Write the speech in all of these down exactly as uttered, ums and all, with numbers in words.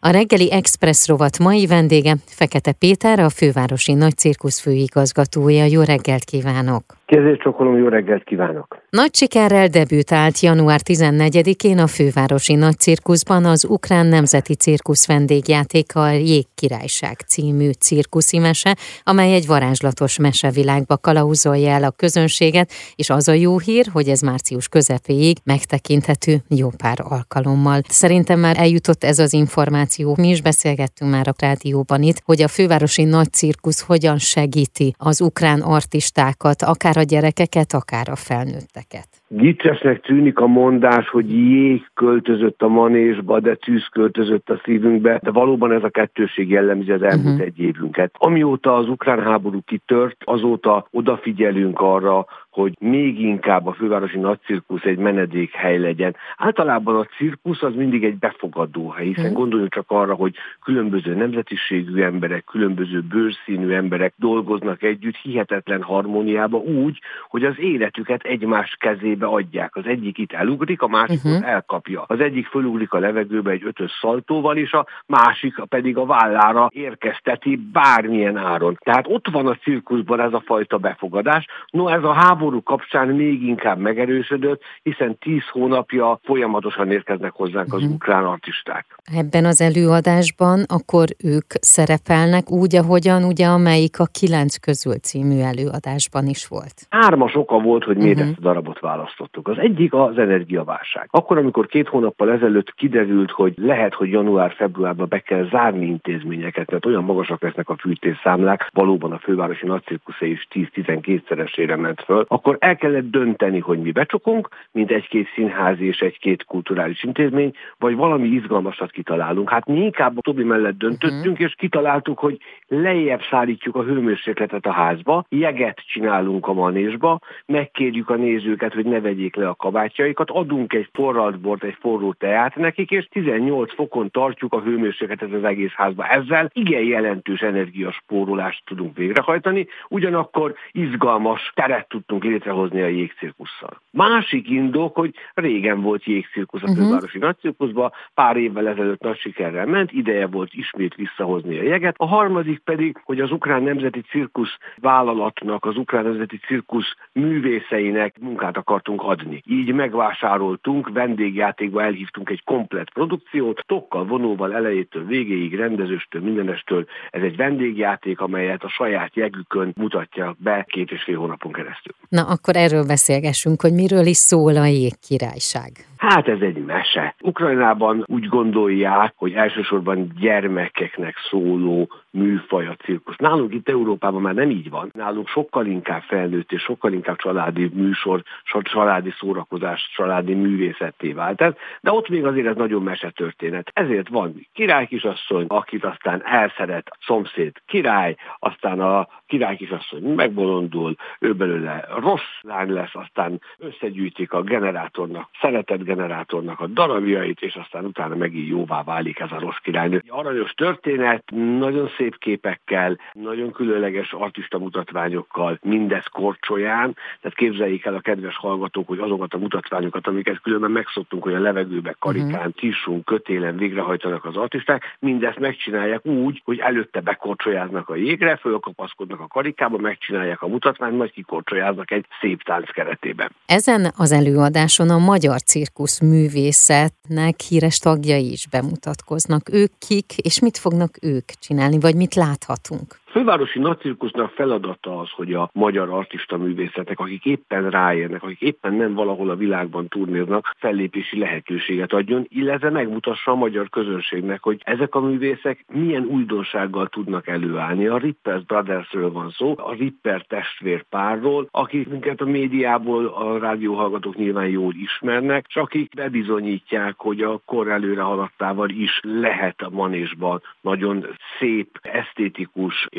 A reggeli Express rovat mai vendége Fekete Péter, a Fővárosi Nagycirkusz főigazgatója. Jó reggelt kívánok! Kézzel-csókolom, jó reggelt kívánok! Nagy sikerrel debütált január tizennegyedikén a Fővárosi Nagycirkuszban az Ukrán Nemzeti Cirkusz vendégjátéka, a Jégkirályság című cirkuszi mese, amely egy varázslatos mesevilágba kalauzolja el a közönséget, és az a jó hír, hogy ez március közepéig megtekinthető jó pár alkalommal. Szerintem már eljutott ez az információ. Mi is beszélgettünk már a rádióban itt, hogy a Fővárosi Nagycirkusz hogyan segíti az ukrán artistákat, akár a gyerekeket, akár a felnőtteket. Gicsesnek tűnik a mondás, hogy jég költözött a manésba, de tűz költözött a szívünkbe, de valóban ez a kettőség jellemzi az elmúlt uh-huh. egy évünket. Amióta az ukrán háború kitört, azóta odafigyelünk arra, hogy még inkább a Fővárosi Nagycirkusz egy menedékhely legyen. Általában a cirkusz az mindig egy befogadó hely, hiszen gondoljunk csak arra, hogy különböző nemzetiségű emberek, különböző bőrszínű emberek dolgoznak együtt hihetetlen harmóniába úgy, hogy az életüket egymás kezébe adják. Az egyik itt elugrik, a másik uh-huh. elkapja. Az egyik fölugrik a levegőbe egy ötös szaltóval, és a másik pedig a vállára érkezteti bármilyen áron. Tehát ott van a cirkuszban ez a fajta befogadás. No, ez a háború kapcsán még inkább megerősödött, hiszen tíz hónapja folyamatosan érkeznek hozzánk az uh-huh. ukrán artisták. Ebben az előadásban akkor ők szerepelnek úgy, ahogyan ugye amelyik a Kilenc közül című előadásban is volt. Hármas oka volt, hogy miért uh-huh. ezt a darabot választottuk. Az egyik az energiaválság. Akkor, amikor két hónappal ezelőtt kiderült, hogy lehet, hogy január-februárban be kell zárni intézményeket, mert olyan magasak lesznek a fűtésszámlák, valóban a Fővárosi Nagycirkuszé is tíz-tizenkétszeresére ment föl, akkor el kellett dönteni, hogy mi becsukunk, mint egy-két színház és egy-két kulturális intézmény, vagy valami izgalmasat kitalálunk. Hát mi inkább a Tobi mellett döntöttünk, uh-huh. és kitaláltuk, hogy lejjebb szállítjuk a hőmérsékletet a házba, jeget csinálunk a manésba, megkérjük a nézőket, hogy ne vegyék le a kabátjaikat, adunk egy forralt bort, egy forró teát nekik, és tizennyolc fokon tartjuk a hőmérsékletet az egész házba. Ezzel igen jelentős energiaspórolást tudunk végrehajtani, ugyanakkor izgalmas teret tudtunk létrehozni a jégcirkusszal. Másik indok, hogy régen volt jégcirkusz a Fővárosi uh-huh. Nagycirkuszban, pár évvel ezelőtt nagy sikerrel ment, ideje volt ismét visszahozni a jeget. A harmadik pedig, hogy az Ukrán Nemzeti Cirkusz vállalatnak, az Ukrán Nemzeti Cirkusz művészeinek munkát akartunk adni. Így megvásároltunk, vendégjátékba elhívtunk egy komplett produkciót, tokkal, vonóval elejétől végéig, rendezőstől, mindenestől. Ez egy vendégjáték, amelyet a saját jegükön mutatja be két és fél hónapon keresztül. Na, akkor erről beszélgessünk, hogy miről is szól a Jégkirályság. Hát ez egy mese. Ukrajnában úgy gondolják, hogy elsősorban gyermekeknek szóló műfaj a cirkusz. Nálunk itt Európában már nem így van. Nálunk sokkal inkább felnőtt és sokkal inkább családi műsor, családi szórakozás, családi művészetté vált ez, de ott még azért ez nagyon mesetörténet. Ezért van királykisasszony, akit aztán elszeret szomszéd király, aztán a királykisasszony megbolondul, ő belőle rossz lány lesz, aztán összegyűjtik a generátornak, szeretett generátornak a darabjait, és aztán utána megint jóvá válik ez a rossz királynő. Aranyos történet, nagyon szép képekkel, nagyon különleges artista mutatványokkal, mindez korcsolyán, tehát képzeljék el a kedves hallgatók, hogy azokat a mutatványokat, amiket különben megszoktunk, hogy a levegőbe, karikán, tisún, kötélen végrehajtanak az artisták, mindezt megcsinálják úgy, hogy előtte bekorcsolyáznak a jégre, fölkapaszkodnak a karikába, megcsinálják a mutatványt, majd kikorcsolyáznak egy szép tánc keretében. Ezen az előadáson a magyar cirkusz művészetnek híres tagjai is bemutatkoznak. Ők kik, és mit fognak ők csinálni, vagy mit láthatunk? Fővárosi Nagycirkusznak feladata az, hogy a magyar artista művészetek, akik éppen ráérnek, akik éppen nem valahol a világban turnéznak, fellépési lehetőséget adjon, illetve megmutassa a magyar közönségnek, hogy ezek a művészek milyen újdonsággal tudnak előállni. A Rippers Brothersről van szó, a Ripper testvérpárról, akik minket a médiából a rádióhallgatók nyilván jól ismernek, és akik bebizonyítják, hogy a kor előre haladtával is lehet a manésban nagyon szép, esztétikus és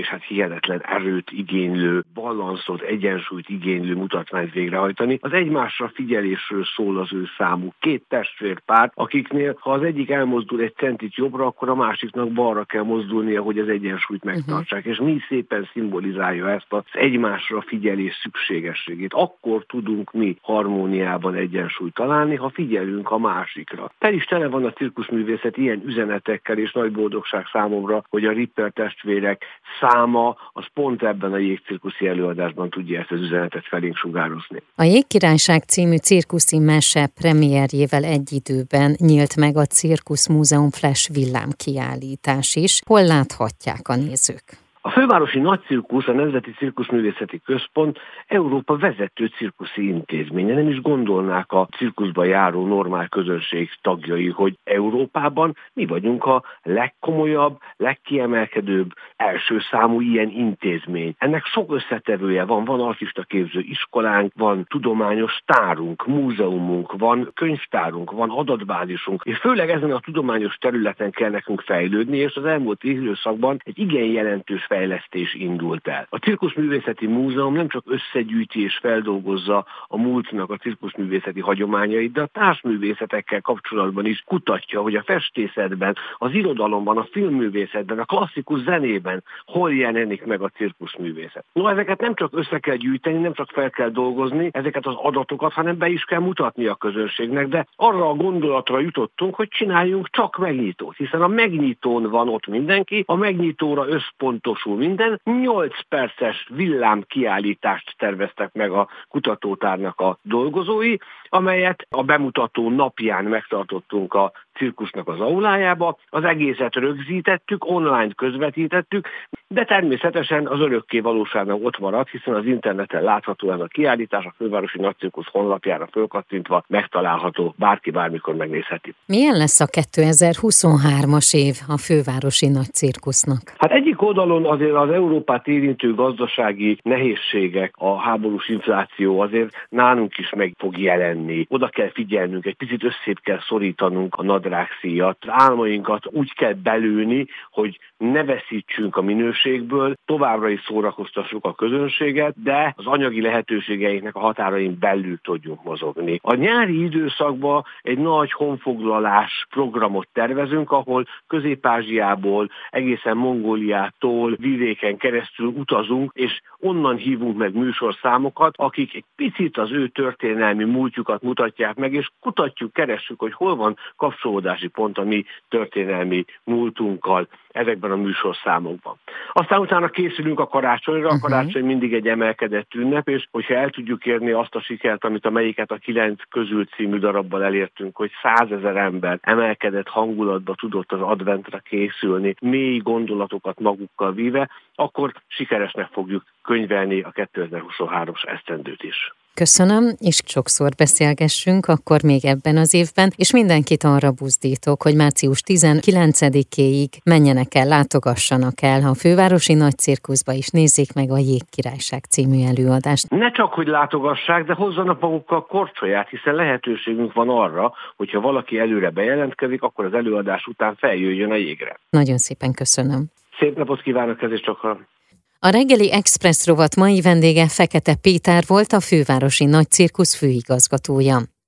és hát hihetetlen erőt igénylő, balanszot, egyensúlyt igénylő mutatványt végrehajtani. Az egymásra figyelésről szól az ő számuk. Két testvérpár, akiknél, ha az egyik elmozdul egy centit jobbra, akkor a másiknak balra kell mozdulnia, hogy az egyensúlyt megtartsák. Uh-huh. És mi szépen szimbolizálja ezt az egymásra figyelés szükségességét. Akkor tudunk mi harmóniában egyensúlyt találni, ha figyelünk a másikra. Tel is tele van a cirkuszművészet ilyen üzenetekkel, és nagy boldogság számomra, hogy a Ripper testvérek száma az pont ebben a jégcirkuszi előadásban tudja ezt az üzenetet felénk sugározni. A Jégkirályság című cirkuszi mese premierjével egy időben nyílt meg a Cirkusz Múzeum Flash villámkiállítás is. Hol láthatják a nézők? A Fővárosi Nagycirkusz, a Nemzeti Cirkuszművészeti Központ Európa vezető cirkuszi intézménye. Nem is gondolnák a cirkuszba járó normál közönség tagjai, hogy Európában mi vagyunk a legkomolyabb, legkiemelkedőbb, első számú ilyen intézmény. Ennek sok összetevője van, van artista képző iskolánk, van tudományos tárunk, múzeumunk, van könyvtárunk, van adatbázisunk, és főleg ezen a tudományos területen kell nekünk fejlődni, és az elmúlt időszakban egy igen jelentős fejlesztés indult el. A Cirkuszművészeti Múzeum nem csak összegyűjti és feldolgozza a múltnak a cirkuszművészeti hagyományait, de a társművészetekkel kapcsolatban is kutatja, hogy a festészetben, az irodalomban, a filmművészetben, a klasszikus zenében hol jelenik meg a cirkuszművészet. No, ezeket nem csak össze kell gyűjteni, nem csak fel kell dolgozni ezeket az adatokat, hanem be is kell mutatni a közönségnek, de arra a gondolatra jutottunk, hogy csináljunk csak megnyitót, hiszen a megnyitón van ott mindenki, a megnyitóra összpontosul minden. nyolc perces villámkiállítást terveztek meg a kutatótárnak a dolgozói, amelyet a bemutató napján megtartottunk a cirkusznak az aulájába. Az egészet rögzítettük, online közvetítettük, de természetesen az örökké valóságnak ott maradt, hiszen az interneten látható ez a kiállítás, a Fővárosi Nagycirkusz honlapjára fölkattintva megtalálható, bárki bármikor megnézheti. Milyen lesz a kétezer-huszonhármas év a Fővárosi Nagycirkusznak? Hát egyik oldalon azért az Európát érintő gazdasági nehézségek, a háborús infláció azért nálunk is meg fog jelenni. Oda kell figyelnünk, egy picit összébb kell szorítanunk a nadrágszíjat. Az álmainkat úgy kell belőni, hogy ne veszítsünk a minőségből, továbbra is szórakoztassuk a közönséget, de az anyagi lehetőségeinknek a határain belül tudjunk mozogni. A nyári időszakban egy nagy honfoglalás programot tervezünk, ahol Közép-Ázsiából, egészen Mongóliától, vidéken keresztül utazunk, és onnan hívunk meg műsorszámokat, akik egy picit az ő történelmi múltjukat mutatják meg, és kutatjuk, keressük, hogy hol van kapcsolódási pont a mi történelmi múltunkkal ezekben a műsorszámokban. Aztán utána készülünk a karácsonyra, a karácsony mindig egy emelkedett ünnep, és hogyha el tudjuk érni azt a sikert, amit a Melyiket a kilenc közül című darabbal elértünk, hogy százezer ember emelkedett hangulatba tudott az adventre készülni, mély gondolatokat magukkal víve, akkor sikeresnek fogjuk könyvelni a kétezer-huszonhármas esztendőt is. Köszönöm, és sokszor beszélgessünk akkor még ebben az évben, és mindenkit arra buzdítok, hogy március tizenkilencedikéig menjenek el, látogassanak el a Fővárosi Nagycirkuszba, és nézzék meg a Jégkirályság című előadást. Ne csak, hogy látogassák, de hozzanak magukkal korcsolyát, hiszen lehetőségünk van arra, hogyha valaki előre bejelentkezik, akkor az előadás után feljöjjön a jégre. Nagyon szépen köszönöm. Szép napot kívánok, ez is csak. A reggeli Express rovat mai vendége Fekete Péter volt, a Fővárosi Nagycirkusz főigazgatója.